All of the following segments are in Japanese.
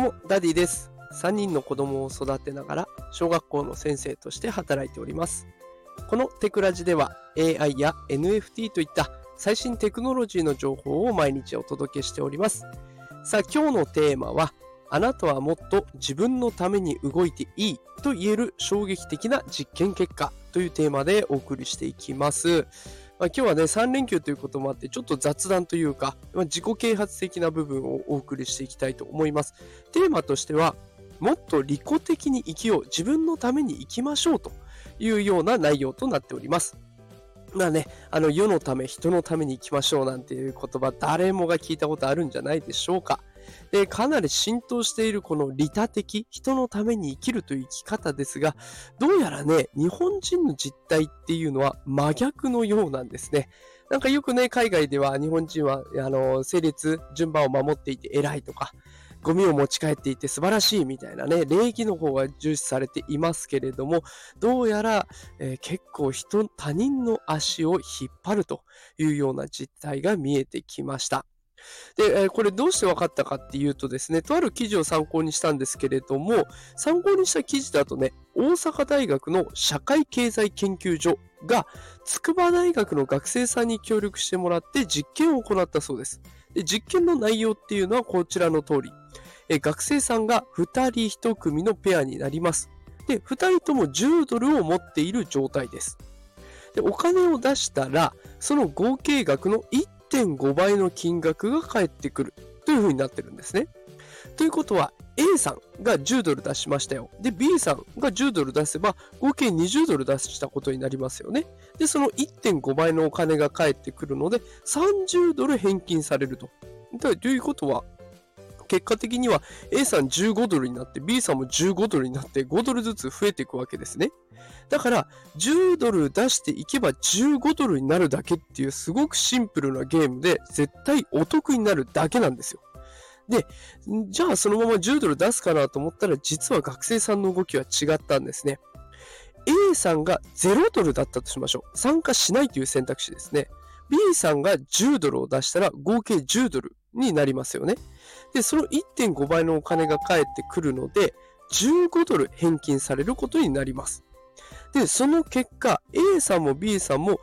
もダディです。3人の子供を育てながら小学校の先生として働いております。このテクラジでは AI や NFT といった最新テクノロジーの情報を毎日お届けしております。さあ今日のテーマは、あなたはもっと自分のために動いていいと言える衝撃的な実験結果というテーマでお送りしていきます。今日はね3連休ということもあってちょっと雑談というか自己啓発的な部分をお送りしていきたいと思います。テーマとしては、もっと利己的に生きよう、自分のために生きましょうというような内容となっております。世のため人のために生きましょうなんていう言葉、誰もが聞いたことあるんじゃないでしょうか。で、かなり浸透しているこの利他的、人のために生きるという生き方ですが、どうやらね、日本人の実態っていうのは真逆のようなんですね。なんかよくね、海外では日本人は整列、順番を守っていて偉いとか、ゴミを持ち帰っていて素晴らしいみたいなね、礼儀の方が重視されていますけれども、どうやら、結構他人の足を引っ張るというような実態が見えてきました。で、これどうして分かったかっていうとですね、とある記事を参考にしたんですけれども、参考にした記事だとね、大阪大学の社会経済研究所が筑波大学の学生さんに協力してもらって実験を行ったそうです。で、実験の内容っていうのはこちらの通り。学生さんが2人1組のペアになります。で、2人とも10ドルを持っている状態です。で、お金を出したら、その合計額の 1.5 倍の金額が返ってくるという風になってるんですね。ということは、A さんが10ドル出しましたよ。で、B さんが10ドル出せば、合計20ドル出したことになりますよね。で、その 1.5 倍のお金が返ってくるので、30ドル返金されると。ということは、結果的には A さん15ドルになって B さんも15ドルになって5ドルずつ増えていくわけですね。だから10ドル出していけば15ドルになるだけっていうすごくシンプルなゲームで絶対お得になるだけなんですよ。で、じゃあそのまま10ドル出すかなと思ったら実は学生さんの動きは違ったんですね。A さんが0ドルだったとしましょう。参加しないという選択肢ですね。B さんが10ドルを出したら合計10ドルになりますよね。で、その 1.5 倍のお金が返ってくるので、15ドル返金されることになります。で、その結果、A さんも B さんも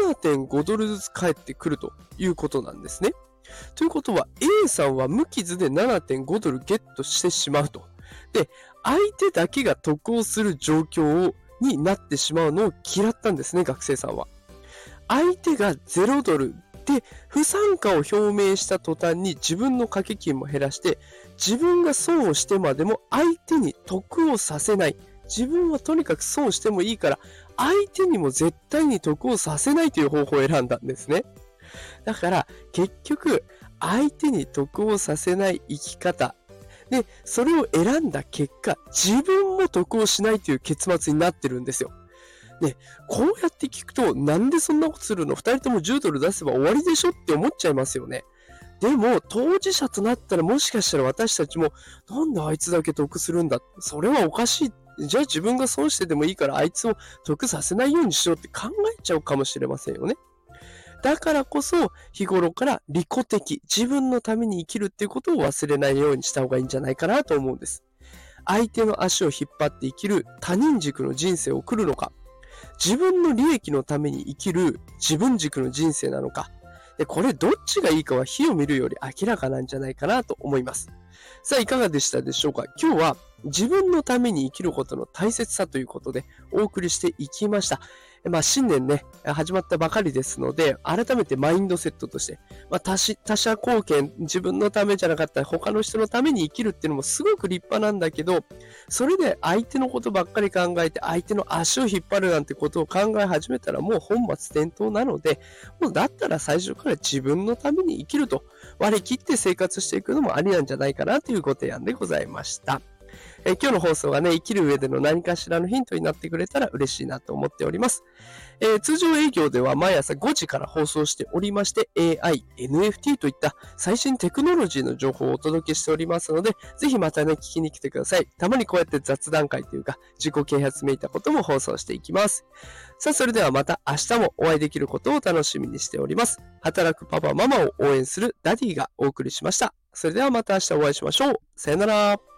7.5 ドルずつ返ってくるということなんですね。ということは、A さんは無傷で 7.5 ドルゲットしてしまうと。で、相手だけが得をする状況になってしまうのを嫌ったんですね、学生さんは。相手が0ドルで不参加を表明した途端に自分の掛け金も減らして自分が損をしてまでも相手に得をさせない。自分はとにかく損してもいいから相手にも絶対に得をさせないという方法を選んだんですね。だから結局相手に得をさせない生き方で、それを選んだ結果自分も得をしないという結末になってるんですよ。ね、こうやって聞くと、なんでそんなことするの？ 2 人とも10ドル出せば終わりでしょって思っちゃいますよね。でも、当事者となったらもしかしたら私たちも、なんであいつだけ得するんだ？それはおかしい。じゃあ自分が損してでもいいからあいつを得させないようにしようって考えちゃうかもしれませんよね。だからこそ、日頃から利己的、自分のために生きるっていうことを忘れないようにした方がいいんじゃないかなと思うんです。相手の足を引っ張って生きる他人軸の人生を送るのか、自分の利益のために生きる自分軸の人生なのか。で、これどっちがいいかは火を見るより明らかなんじゃないかなと思います。さあ、いかがでしたでしょうか。今日は自分のために生きることの大切さということでお送りしていきました。新年ね、始まったばかりですので、改めてマインドセットとして、他者貢献、自分のためじゃなかったら他の人のために生きるっていうのもすごく立派なんだけど、それで相手のことばっかり考えて、相手の足を引っ張るなんてことを考え始めたらもう本末転倒なので、もうだったら最初から自分のために生きると割り切って生活していくのもありなんじゃないかなというご提案でございました。今日の放送がね、生きる上での何かしらのヒントになってくれたら嬉しいなと思っております。通常営業では毎朝5時から放送しておりまして、AI、NFT といった最新テクノロジーの情報をお届けしておりますので、ぜひまたね、聞きに来てください。たまにこうやって雑談会というか、自己啓発めいたことも放送していきます。さあ、それではまた明日もお会いできることを楽しみにしております。働くパパママを応援するダディがお送りしました。それではまた明日お会いしましょう。さよなら。